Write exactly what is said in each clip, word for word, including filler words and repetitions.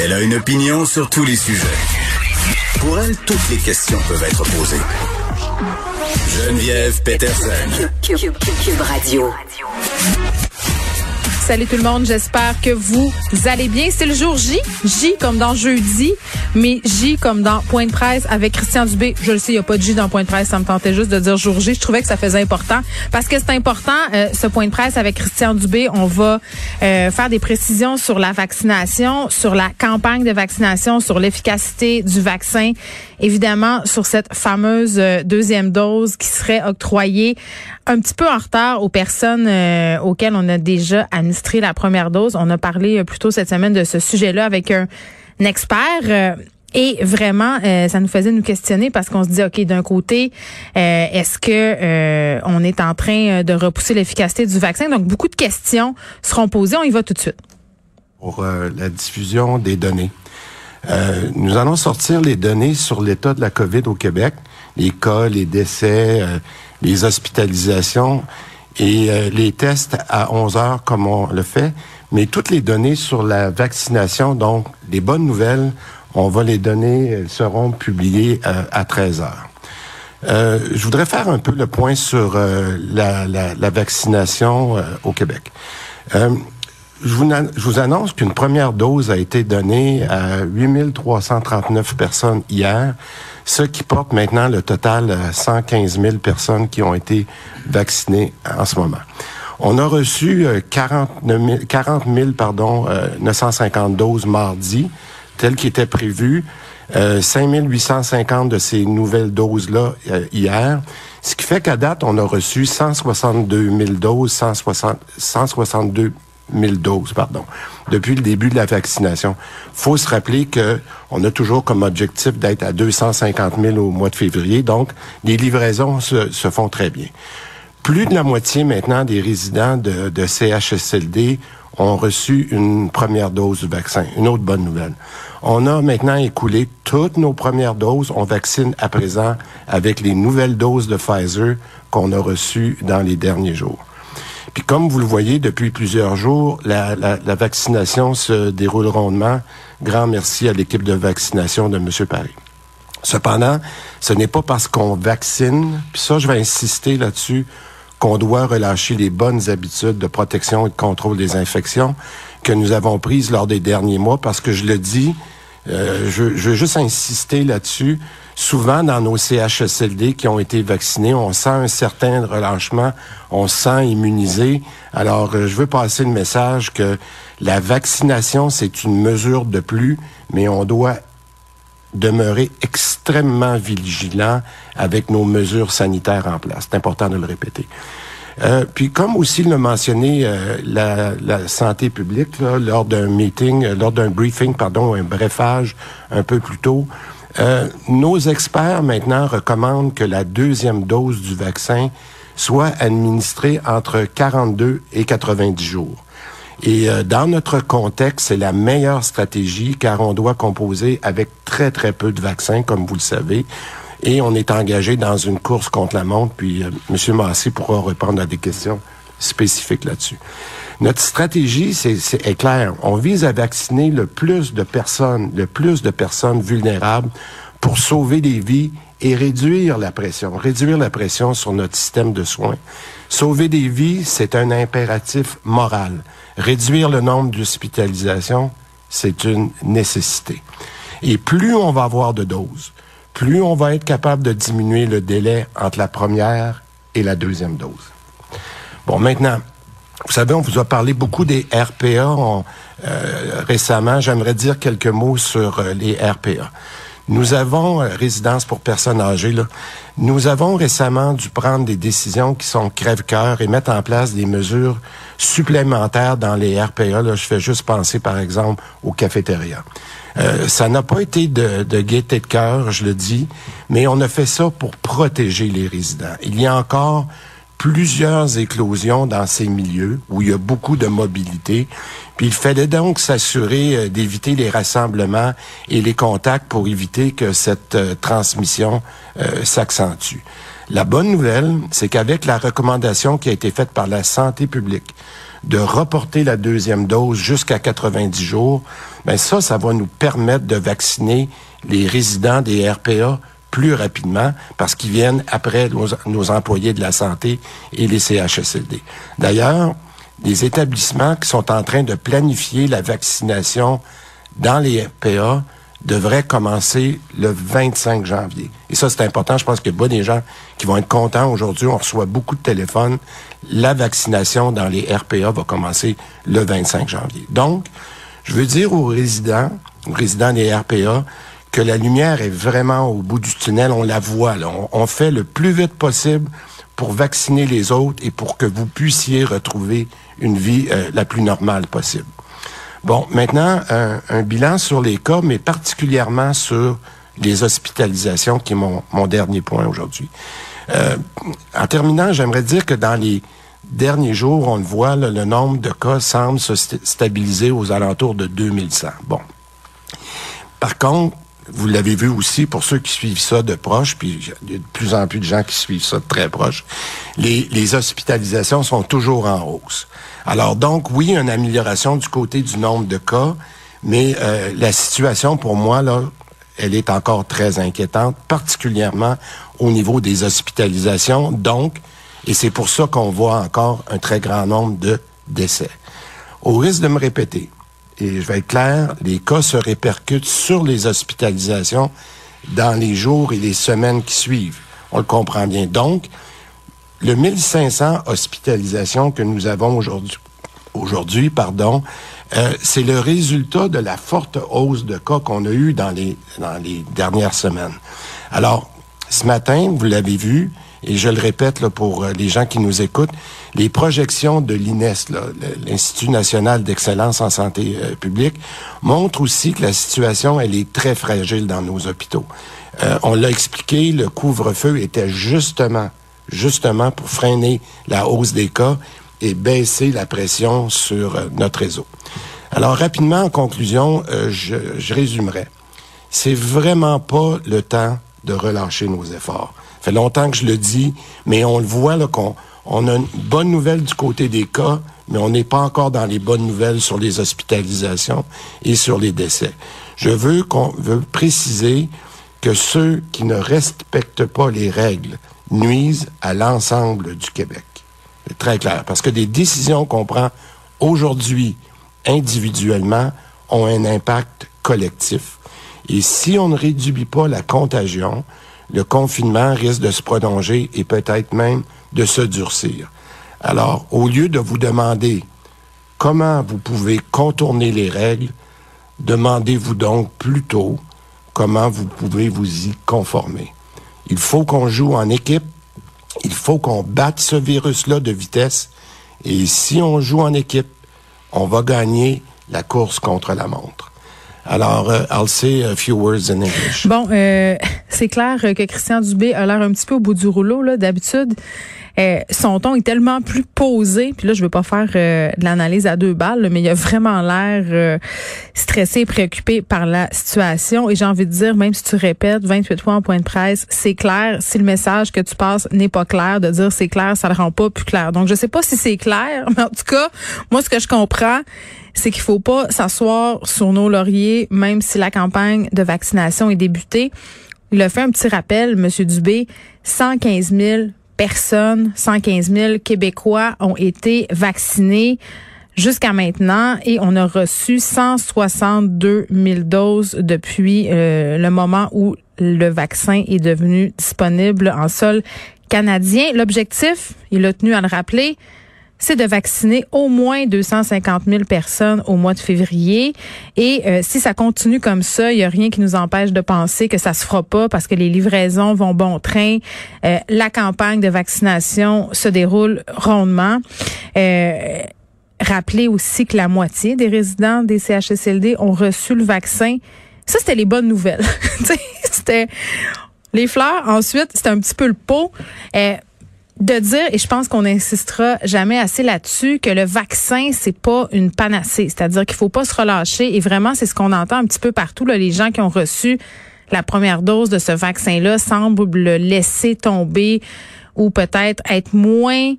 Elle a une opinion sur tous les sujets. Pour elle, toutes les questions peuvent être posées. Geneviève Peterson. Cube, Cube, Cube Radio. Salut tout le monde, j'espère que vous allez bien. C'est le jour J, J comme dans jeudi, mais J comme dans Point de presse avec Christian Dubé. Je le sais, il n'y a pas de J dans Point de presse, ça me tentait juste de dire jour J. Je trouvais que ça faisait important parce que c'est important, euh, ce Point de presse avec Christian Dubé. On va euh, faire des précisions sur la vaccination, sur la campagne de vaccination, sur l'efficacité du vaccin, évidemment sur cette fameuse euh, deuxième dose qui serait octroyée un petit peu en retard aux personnes euh, auxquelles on a déjà administré la première dose. On a parlé euh, plus tôt cette semaine de ce sujet-là avec un, un expert. Euh, et vraiment, euh, ça nous faisait nous questionner parce qu'on se dit, OK, d'un côté, euh, est-ce que euh, on est en train de repousser l'efficacité du vaccin? Donc, beaucoup de questions seront posées. On y va tout de suite. Pour euh, la diffusion des données. Euh, nous allons sortir les données sur l'état de la COVID au Québec, les cas, les décès, euh, les hospitalisations et euh, les tests à onze heures comme on le fait, mais toutes les données sur la vaccination, donc les bonnes nouvelles, on va les donner, elles seront publiées euh, à treize heures. Euh, je voudrais faire un peu le point sur euh, la, la, la vaccination euh, au Québec. Euh, Je vous, je vous annonce qu'une première dose a été donnée à huit mille trois cent trente-neuf personnes hier, ce qui porte maintenant le total à cent quinze mille personnes qui ont été vaccinées en ce moment. On a reçu quarante mille pardon, euh, neuf cent cinquante doses mardi, tel qu'il était prévu, euh, cinq mille huit cent cinquante de ces nouvelles doses-là euh, hier, ce qui fait qu'à date, on a reçu cent soixante-deux mille doses, cent soixante, cent soixante-deux mille doses, pardon, depuis le début de la vaccination. Faut se rappeler que on a toujours comme objectif d'être à deux cent cinquante mille au mois de février, donc les livraisons se, se font très bien. Plus de la moitié maintenant des résidents de, de C H S L D ont reçu une première dose du vaccin. Une autre bonne nouvelle. On a maintenant écoulé toutes nos premières doses. On vaccine à présent avec les nouvelles doses de Pfizer qu'on a reçues dans les derniers jours. Puis comme vous le voyez, depuis plusieurs jours, la, la, la vaccination se déroule rondement. Grand merci à l'équipe de vaccination de M. Paris. Cependant, ce n'est pas parce qu'on vaccine, puis ça, je vais insister là-dessus, qu'on doit relâcher les bonnes habitudes de protection et de contrôle des infections que nous avons prises lors des derniers mois, parce que je le dis, euh, je, je veux juste insister là-dessus. Souvent, dans nos C H S L D qui ont été vaccinés, on sent un certain relâchement, on se sent immunisé. Alors, euh, je veux passer le message que la vaccination, c'est une mesure de plus, mais on doit demeurer extrêmement vigilant avec nos mesures sanitaires en place. C'est important de le répéter. Euh, puis, comme aussi l'a mentionné euh, la, la santé publique là, lors d'un meeting, euh, lors d'un briefing, pardon, un brefage un peu plus tôt, Euh, nos experts maintenant recommandent que la deuxième dose du vaccin soit administrée entre quarante-deux et quatre-vingt-dix jours. Et euh, dans notre contexte, c'est la meilleure stratégie car on doit composer avec très, très peu de vaccins, comme vous le savez. Et on est engagé dans une course contre la montre, puis euh, M. Massé pourra répondre à des questions spécifiques là-dessus. Notre stratégie, c'est, c'est est claire. On vise à vacciner le plus de personnes, le plus de personnes vulnérables pour sauver des vies et réduire la pression, réduire la pression sur notre système de soins. Sauver des vies, c'est un impératif moral. Réduire le nombre d'hospitalisations, c'est une nécessité. Et plus on va avoir de doses, plus on va être capable de diminuer le délai entre la première et la deuxième dose. Bon, maintenant, vous savez, on vous a parlé beaucoup des R P A on, euh, récemment. J'aimerais dire quelques mots sur euh, les R P A. Nous avons, euh, résidence pour personnes âgées, là, nous avons récemment dû prendre des décisions qui sont crève-cœur et mettre en place des mesures supplémentaires dans les R P A. Là, je fais juste penser, par exemple, aux cafétérias. Euh, ça n'a pas été de, de gaieté de cœur, je le dis, mais on a fait ça pour protéger les résidents. Il y a encore plusieurs éclosions dans ces milieux où il y a beaucoup de mobilité. Puis il fallait donc s'assurer euh, d'éviter les rassemblements et les contacts pour éviter que cette euh, transmission euh, s'accentue. La bonne nouvelle, c'est qu'avec la recommandation qui a été faite par la santé publique de reporter la deuxième dose jusqu'à quatre-vingt-dix jours, ben ça, ça va nous permettre de vacciner les résidents des R P A plus rapidement parce qu'ils viennent après nos, nos employés de la santé et les C H S L D. D'ailleurs, les établissements qui sont en train de planifier la vaccination dans les R P A devraient commencer le vingt-cinq janvier. Et ça, c'est important. Je pense qu'il y a pas des gens qui vont être contents aujourd'hui. On reçoit beaucoup de téléphones. La vaccination dans les R P A va commencer le vingt-cinq janvier. Donc, je veux dire aux résidents, aux résidents des R P A, que la lumière est vraiment au bout du tunnel. On la voit, là. On, on fait le plus vite possible pour vacciner les autres et pour que vous puissiez retrouver une vie euh, la plus normale possible. Bon, maintenant, un, un bilan sur les cas, mais particulièrement sur les hospitalisations, qui est mon, mon dernier point aujourd'hui. Euh, en terminant, j'aimerais dire que dans les derniers jours, on le voit, là, le nombre de cas semble se st- stabiliser aux alentours de deux mille cent. Bon. Par contre, vous l'avez vu aussi, pour ceux qui suivent ça de proche, puis il y a de plus en plus de gens qui suivent ça de très proche, les, les hospitalisations sont toujours en hausse. Alors donc, oui, une amélioration du côté du nombre de cas, mais euh, la situation, pour moi, là, elle est encore très inquiétante, particulièrement au niveau des hospitalisations. Donc, et c'est pour ça qu'on voit encore un très grand nombre de décès. Au risque de me répéter, et je vais être clair, les cas se répercutent sur les hospitalisations dans les jours et les semaines qui suivent. On le comprend bien. Donc, le mille cinq cents hospitalisations que nous avons aujourd'hui, aujourd'hui, pardon, euh, c'est le résultat de la forte hausse de cas qu'on a eu dans les, dans les dernières semaines. Alors, ce matin, vous l'avez vu, et je le répète là, pour les gens qui nous écoutent, les projections de l'I N E S, là, l'Institut national d'excellence en santé euh, publique, montrent aussi que la situation, elle est très fragile dans nos hôpitaux. Euh, on l'a expliqué, le couvre-feu était justement, justement pour freiner la hausse des cas et baisser la pression sur euh, notre réseau. Alors, rapidement, en conclusion, euh, je, je résumerai. C'est vraiment pas le temps de relâcher nos efforts. Ça fait longtemps que je le dis, mais on le voit là qu'on on a une bonne nouvelle du côté des cas, mais on n'est pas encore dans les bonnes nouvelles sur les hospitalisations et sur les décès. Je veux qu'on veut préciser que ceux qui ne respectent pas les règles nuisent à l'ensemble du Québec. C'est très clair, parce que des décisions qu'on prend aujourd'hui individuellement ont un impact collectif. Et si on ne réduit pas la contagion, le confinement risque de se prolonger et peut-être même de se durcir. Alors, au lieu de vous demander comment vous pouvez contourner les règles, demandez-vous donc plutôt comment vous pouvez vous y conformer. Il faut qu'on joue en équipe, il faut qu'on batte ce virus-là de vitesse, et si on joue en équipe, on va gagner la course contre la montre. Alors, uh, I'll say a few words in English. Bon, euh, c'est clair que Christian Dubé a l'air un petit peu au bout du rouleau, là. D'habitude, euh, son ton est tellement plus posé. Puis là, je veux pas faire euh, de l'analyse à deux balles, là, mais il a vraiment l'air euh, stressé et préoccupé par la situation. Et j'ai envie de dire, même si tu répètes vingt-huit fois en point de presse, c'est clair. Si le message que tu passes n'est pas clair, de dire c'est clair, ça le rend pas plus clair. Donc, je sais pas si c'est clair, mais en tout cas, moi, ce que je comprends, c'est qu'il faut pas s'asseoir sur nos lauriers, même si la campagne de vaccination est débutée. Il a fait un petit rappel, M. Dubé, cent quinze mille personnes, cent quinze mille Québécois ont été vaccinés jusqu'à maintenant et on a reçu cent soixante-deux mille doses depuis euh, le moment où le vaccin est devenu disponible en sol canadien. L'objectif, il a tenu à le rappeler, c'est de vacciner au moins deux cent cinquante mille personnes au mois de février. Et euh, si ça continue comme ça, il n'y a rien qui nous empêche de penser que ça se fera pas parce que les livraisons vont bon train. Euh, la campagne de vaccination se déroule rondement. Euh, rappelez aussi que la moitié des résidents des C H S L D ont reçu le vaccin. Ça, c'était les bonnes nouvelles. C'était les fleurs. Ensuite, c'était un petit peu le pot. Euh, De dire, et je pense qu'on n'insistera jamais assez là-dessus, que le vaccin, c'est pas une panacée. C'est-à-dire qu'il faut pas se relâcher. Et vraiment, c'est ce qu'on entend un petit peu partout, là, les gens qui ont reçu la première dose de ce vaccin-là semble le laisser tomber ou peut-être être moins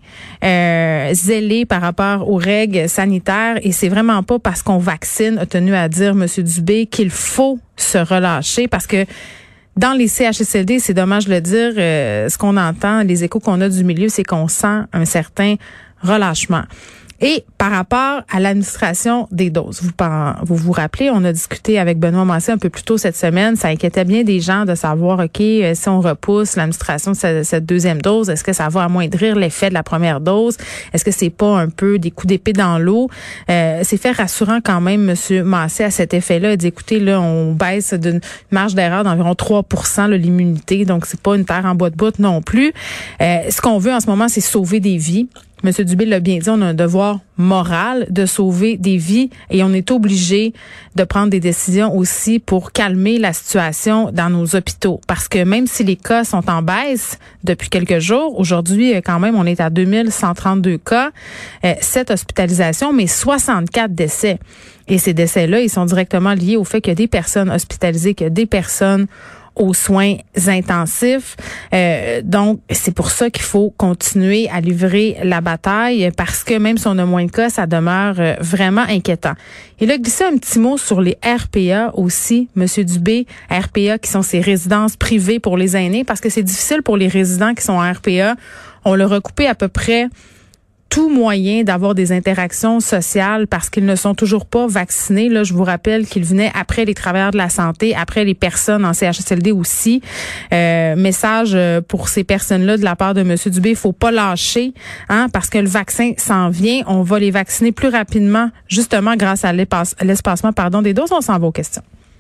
euh, zélé par rapport aux règles sanitaires. Et c'est vraiment pas parce qu'on vaccine, a tenu à dire M. Dubé, qu'il faut se relâcher, parce que dans les C H S L D, c'est dommage de le dire, euh, ce qu'on entend, les échos qu'on a du milieu, c'est qu'on sent un certain relâchement. Et par rapport à l'administration des doses, vous vous vous rappelez, on a discuté avec Benoît Massé un peu plus tôt cette semaine, ça inquiétait bien des gens de savoir, OK, si on repousse l'administration de cette, cette deuxième dose, est-ce que ça va amoindrir l'effet de la première dose? Est-ce que c'est pas un peu des coups d'épée dans l'eau? Euh, c'est fait rassurant quand même, M. Massé, à cet effet-là. Il dit, écoutez, là, on baisse d'une marge d'erreur d'environ trois pour cent là, l'immunité, donc c'est pas une terre en bois de bout non plus. Euh, ce qu'on veut en ce moment, c'est sauver des vies. M. Dubé l'a bien dit, on a un devoir moral de sauver des vies et on est obligé de prendre des décisions aussi pour calmer la situation dans nos hôpitaux. Parce que même si les cas sont en baisse depuis quelques jours, aujourd'hui, quand même, on est à deux mille cent trente-deux cas, euh, sept hospitalisations, mais soixante-quatre décès. Et ces décès-là, ils sont directement liés au fait qu'il y a des personnes hospitalisées, qu'il y a des personnes aux soins intensifs. Euh, donc, c'est pour ça qu'il faut continuer à livrer la bataille, parce que même si on a moins de cas, ça demeure euh, vraiment inquiétant. Il a glissé un petit mot sur les R P A aussi, M. Dubé. R P A qui sont ces résidences privées pour les aînés, parce que c'est difficile pour les résidents qui sont en R P A. On leur a coupé à peu près tout moyen d'avoir des interactions sociales parce qu'ils ne sont toujours pas vaccinés. Là, je vous rappelle qu'ils venaient après les travailleurs de la santé, après les personnes en C H S L D aussi. Euh, message pour ces personnes-là de la part de M. Dubé, il faut pas lâcher, hein, parce que le vaccin s'en vient. On va les vacciner plus rapidement, justement grâce à l'espacement pardon, des doses. On s'en va aux questions.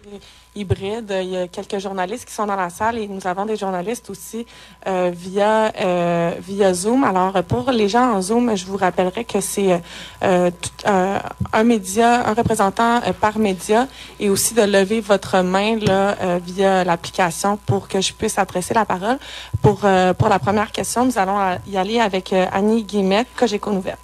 Hybride. Il y a quelques journalistes qui sont dans la salle et nous avons des journalistes aussi euh, via euh, via Zoom. Alors, pour les gens en Zoom, je vous rappellerai que c'est euh, tout, euh, un média, un représentant euh, par média, et aussi de lever votre main là euh, via l'application pour que je puisse adresser la parole. Pour euh, pour la première question, nous allons y aller avec euh, Annie Guillemette, Cogeco Nouvelles.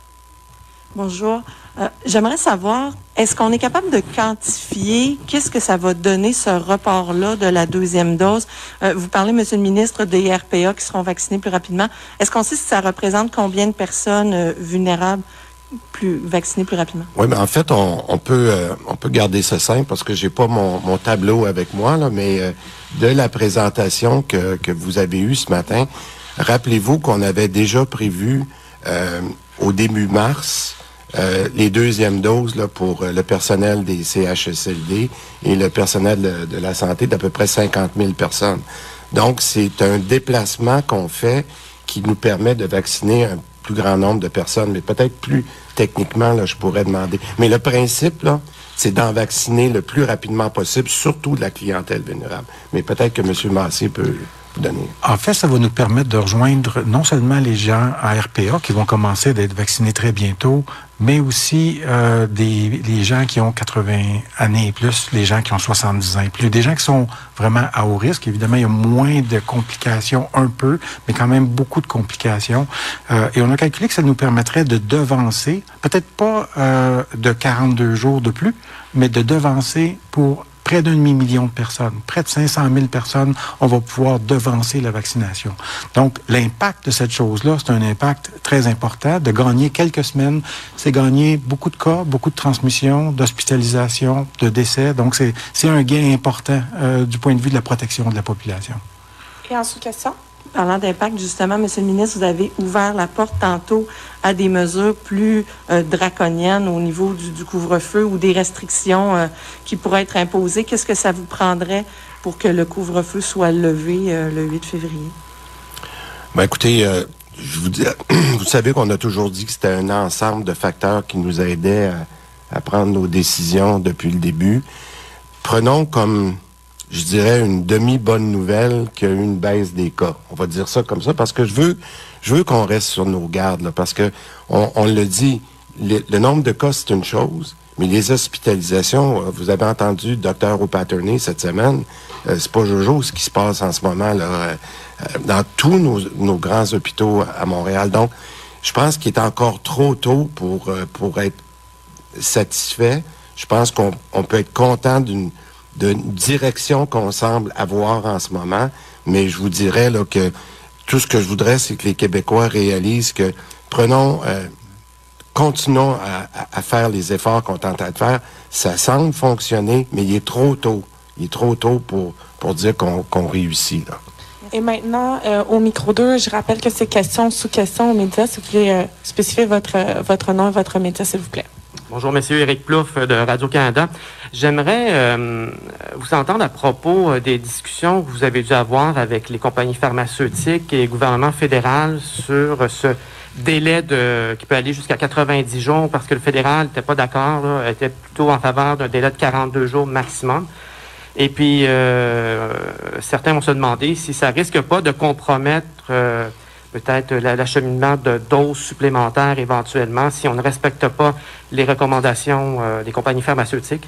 Bonjour. Euh, j'aimerais savoir, est-ce qu'on est capable de quantifier qu'est-ce que ça va donner ce report-là de la deuxième dose? Euh, vous parlez, Monsieur le ministre, des R P A qui seront vaccinés plus rapidement. Est-ce qu'on sait si ça représente combien de personnes euh, vulnérables plus vaccinées plus rapidement? Oui, mais en fait, on, on peut euh, on peut garder ça simple parce que j'ai pas mon, mon tableau avec moi, là, mais euh, de la présentation que, que vous avez eue ce matin, rappelez-vous qu'on avait déjà prévu euh, au début mars Euh, les deuxièmes doses là, pour euh, le personnel des C H S L D et le personnel de, de la santé d'à peu près cinquante mille personnes. Donc, c'est un déplacement qu'on fait qui nous permet de vacciner un plus grand nombre de personnes, mais peut-être plus techniquement, là, je pourrais demander. Mais le principe, là, c'est d'en vacciner le plus rapidement possible, surtout de la clientèle vulnérable. Mais peut-être que M. Massé peut vous donner. En fait, ça va nous permettre de rejoindre non seulement les gens à R P A qui vont commencer d'être vaccinés très bientôt, mais aussi euh, des les gens qui ont quatre-vingts années et plus, les gens qui ont soixante-dix ans et plus, des gens qui sont vraiment à haut risque. Évidemment, il y a moins de complications, un peu, mais quand même beaucoup de complications. Euh, et on a calculé que ça nous permettrait de devancer, peut-être pas euh, de quarante-deux jours de plus, mais de devancer pour près d'un demi-million de personnes, près de cinq cent mille personnes, on va pouvoir devancer la vaccination. Donc, l'impact de cette chose-là, c'est un impact très important. De gagner quelques semaines, c'est gagner beaucoup de cas, beaucoup de transmissions, d'hospitalisation, de décès. Donc, c'est, c'est un gain important euh, du point de vue de la protection de la population. Et en sous-question? Parlant d'impact, justement, Monsieur le ministre, vous avez ouvert la porte tantôt à des mesures plus euh, draconiennes au niveau du, du couvre-feu ou des restrictions euh, qui pourraient être imposées. Qu'est-ce que ça vous prendrait pour que le couvre-feu soit levé euh, le huit février? Ben écoutez, euh, je vous dis, vous savez qu'on a toujours dit que c'était un ensemble de facteurs qui nous aidaient à, à prendre nos décisions depuis le début. Prenons comme, je dirais, une demi-bonne nouvelle qu'il y a eu une baisse des cas. On va dire ça comme ça parce que je veux je veux qu'on reste sur nos gardes, là, parce que on, on le dit, le, le nombre de cas, c'est une chose, mais les hospitalisations, vous avez entendu le docteur O'Patterney cette semaine, euh, c'est pas jojo ce qui se passe en ce moment là euh, dans tous nos, nos grands hôpitaux à Montréal. Donc, je pense qu'il est encore trop tôt pour, euh, pour être satisfait. Je pense qu'on on peut être content d'une de direction qu'on semble avoir en ce moment, mais je vous dirais là que tout ce que je voudrais, c'est que les Québécois réalisent que prenons, euh, continuons à, à faire les efforts qu'on est en train de faire. Ça semble fonctionner, mais il est trop tôt. Il est trop tôt pour, pour dire qu'on, qu'on réussit, là. Et maintenant, euh, au micro deux, je rappelle que c'est question sous question aux médias. Si vous voulez euh, spécifier votre, euh, votre nom et votre média, s'il vous plaît. Bonjour, monsieur Éric Plouffe de Radio-Canada. J'aimerais euh, vous entendre à propos des discussions que vous avez dû avoir avec les compagnies pharmaceutiques et le gouvernement fédéral sur ce délai de qui peut aller jusqu'à quatre-vingt-dix jours, parce que le fédéral n'était pas d'accord, là, était plutôt en faveur d'un délai de quarante-deux jours maximum. Et puis, euh, certains vont se demander si ça risque pas de compromettre euh, peut-être l'acheminement de doses supplémentaires éventuellement si on ne respecte pas les recommandations euh, des compagnies pharmaceutiques.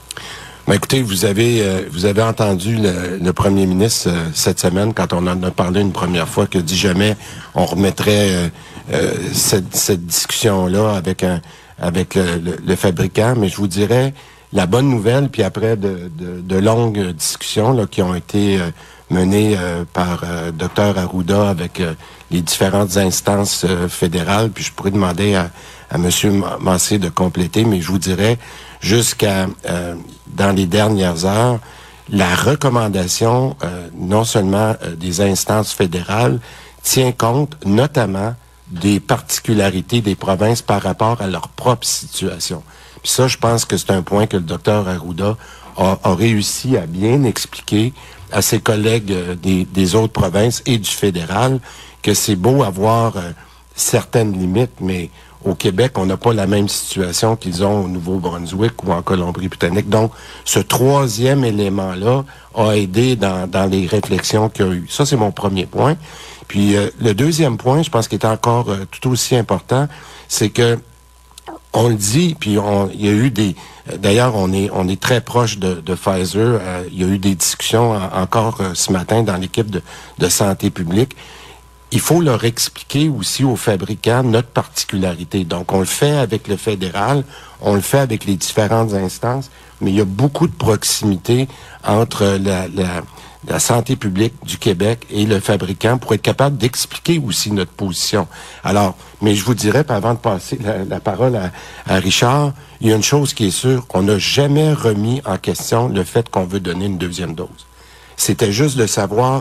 Ben écoutez, vous avez euh, vous avez entendu le, le premier ministre euh, cette semaine, quand on en a parlé une première fois, que dit jamais on remettrait euh, euh, cette, cette discussion-là avec un avec le, le, le fabricant. Mais je vous dirais, la bonne nouvelle, puis après de, de, de longues discussions là, qui ont été euh, menées euh, par euh, Dr Arruda avec euh, les différentes instances euh, fédérales, puis je pourrais demander à, à M. Massé de compléter, mais je vous dirais, jusqu'à euh, dans les dernières heures, la recommandation, euh, non seulement euh, des instances fédérales, tient compte notamment des particularités des provinces par rapport à leur propre situation. Puis ça, je pense que c'est un point que le docteur Arruda a, a réussi à bien expliquer à ses collègues euh, des, des autres provinces et du fédéral, que c'est beau avoir euh, certaines limites, mais au Québec, on n'a pas la même situation qu'ils ont au Nouveau-Brunswick ou en Colombie-Britannique. Donc, ce troisième élément-là a aidé dans, dans les réflexions qu'il y a eu. Ça, c'est mon premier point. Puis, euh, le deuxième point, je pense qu'il est encore euh, tout aussi important, c'est que on le dit, puis on, il y a eu des... D'ailleurs, on est on est très proche de, de Pfizer. Euh, il y a eu des discussions en, encore euh, ce matin dans l'équipe de, de santé publique. Il faut leur expliquer aussi aux fabricants notre particularité. Donc, on le fait avec le fédéral, on le fait avec les différentes instances, mais il y a beaucoup de proximité entre la, la, la santé publique du Québec et le fabricant pour être capable d'expliquer aussi notre position. Alors, mais je vous dirais, avant de passer la, la parole à, à Richard, il y a une chose qui est sûre, on n'a jamais remis en question le fait qu'on veut donner une deuxième dose. C'était juste de savoir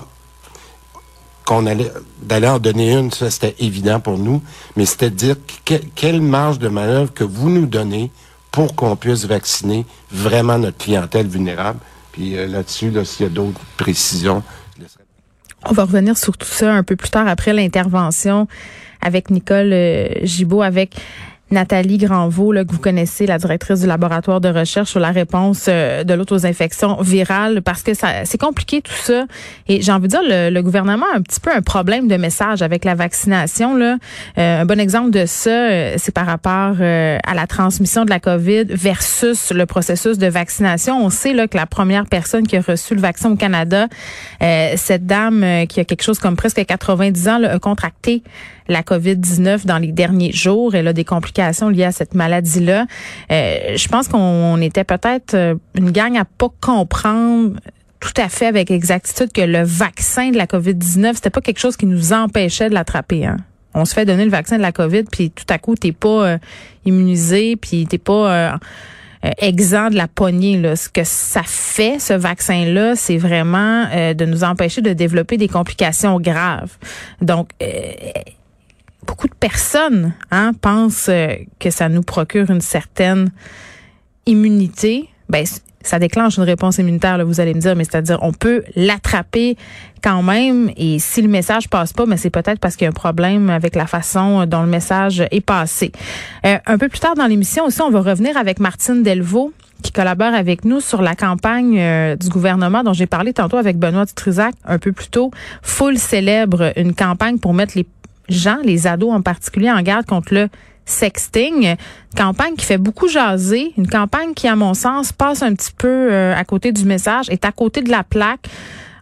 qu'on allait d'aller en donner une, ça c'était évident pour nous, mais c'était de dire que, quelle marge de manœuvre que vous nous donnez pour qu'on puisse vacciner vraiment notre clientèle vulnérable. Puis euh, là-dessus, là, s'il y a d'autres précisions, je laisserai... On va revenir sur tout ça un peu plus tard après l'intervention avec Nicole euh, Gibault, avec Nathalie Granvaux, là, que vous connaissez, la directrice du laboratoire de recherche sur la réponse euh, de l'autre aux infections virales, parce que ça, c'est compliqué tout ça. Et j'ai envie de dire, le, le gouvernement a un petit peu un problème de message avec la vaccination. Là. Euh, un bon exemple de ça, euh, c'est par rapport euh, à la transmission de la COVID versus le processus de vaccination. On sait là que la première personne qui a reçu le vaccin au Canada, euh, cette dame euh, qui a quelque chose comme presque quatre-vingt-dix ans, là, a contracté la COVID dix-neuf dans les derniers jours. Elle a des complications liées à cette maladie-là. Euh, je pense qu'on était peut-être une gang à pas comprendre tout à fait avec exactitude que le vaccin de la COVID dix-neuf, c'était pas quelque chose qui nous empêchait de l'attraper. Hein. On se fait donner le vaccin de la COVID, puis tout à coup, t'es pas euh, immunisé, puis t'es pas... Euh, Euh, exempt de la poignée. Là. Ce que ça fait, ce vaccin-là, c'est vraiment euh, de nous empêcher de développer des complications graves. Donc, euh, beaucoup de personnes hein, pensent euh, que ça nous procure une certaine immunité. Ben, ça déclenche une réponse immunitaire, là, vous allez me dire, mais c'est-à-dire on peut l'attraper quand même, et si le message passe pas, mais c'est peut-être parce qu'il y a un problème avec la façon dont le message est passé. Euh, un peu plus tard dans l'émission aussi, on va revenir avec Martine Delvaux, qui collabore avec nous sur la campagne euh, du gouvernement dont j'ai parlé tantôt avec Benoît Dutrisac un peu plus tôt. Full célèbre une campagne pour mettre les gens, les ados en particulier, en garde contre le sexting, campagne qui fait beaucoup jaser, une campagne qui, à mon sens, passe un petit peu euh, à côté du message, est à côté de la plaque,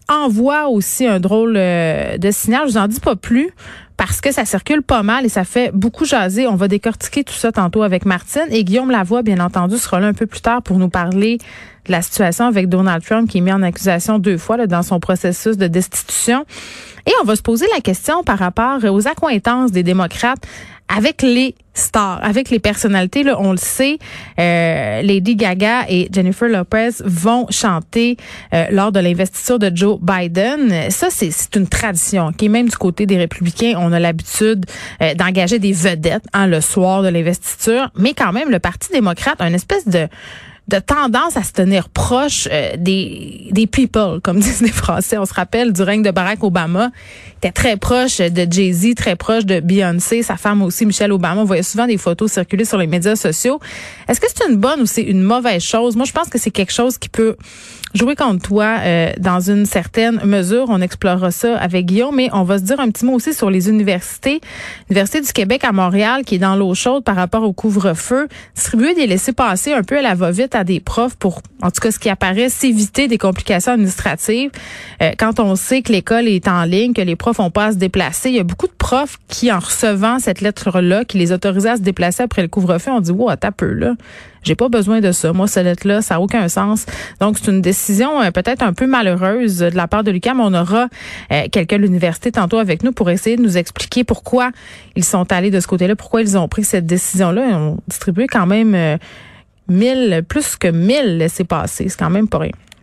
envoie aussi un drôle euh, de signal. Je vous en dis pas plus parce que ça circule pas mal et ça fait beaucoup jaser. On va décortiquer tout ça tantôt avec Martine. Et Guillaume Lavoie, bien entendu, sera là un peu plus tard pour nous parler de la situation avec Donald Trump qui est mis en accusation deux fois là, dans son processus de destitution. Et on va se poser la question par rapport aux accointances des démocrates avec les stars, avec les personnalités. Là, on le sait, euh, Lady Gaga et Jennifer Lopez vont chanter euh, lors de l'investiture de Joe Biden. Ça, c'est, c'est une tradition. Qui est même du côté des républicains, on a l'habitude euh, d'engager des vedettes hein, le soir de l'investiture. Mais quand même, le Parti démocrate a une espèce de de tendance à se tenir proche euh, des des people, comme disent les Français. On se rappelle du règne de Barack Obama. Il était très proche de Jay-Z, très proche de Beyoncé, sa femme aussi, Michelle Obama. On voyait souvent des photos circuler sur les médias sociaux. Est-ce que c'est une bonne ou c'est une mauvaise chose? Moi, je pense que c'est quelque chose qui peut jouer contre toi euh, dans une certaine mesure. On explorera ça avec Guillaume, mais on va se dire un petit mot aussi sur les universités. L'Université du Québec à Montréal, qui est dans l'eau chaude par rapport au couvre-feu, distribuer des laissez-passer un peu à la va-vite à des profs pour, en tout cas, ce qui apparaît, s'éviter des complications administratives. Euh, quand on sait que l'école est en ligne, que les profs n'ont pas à se déplacer, il y a beaucoup de profs qui, en recevant cette lettre-là, qui les autorisait à se déplacer après le couvre-feu, ont dit « Wow, t'as peu, là. J'ai pas besoin de ça. Moi, cette lettre-là, ça n'a aucun sens. » Donc, c'est une décision euh, peut-être un peu malheureuse de la part de l'U Q A M. On aura euh, quelqu'un de l'université tantôt avec nous pour essayer de nous expliquer pourquoi ils sont allés de ce côté-là, pourquoi ils ont pris cette décision-là. Ils ont distribué quand même euh, mille, plus que mille laissez-passer. C'est quand même pas rien.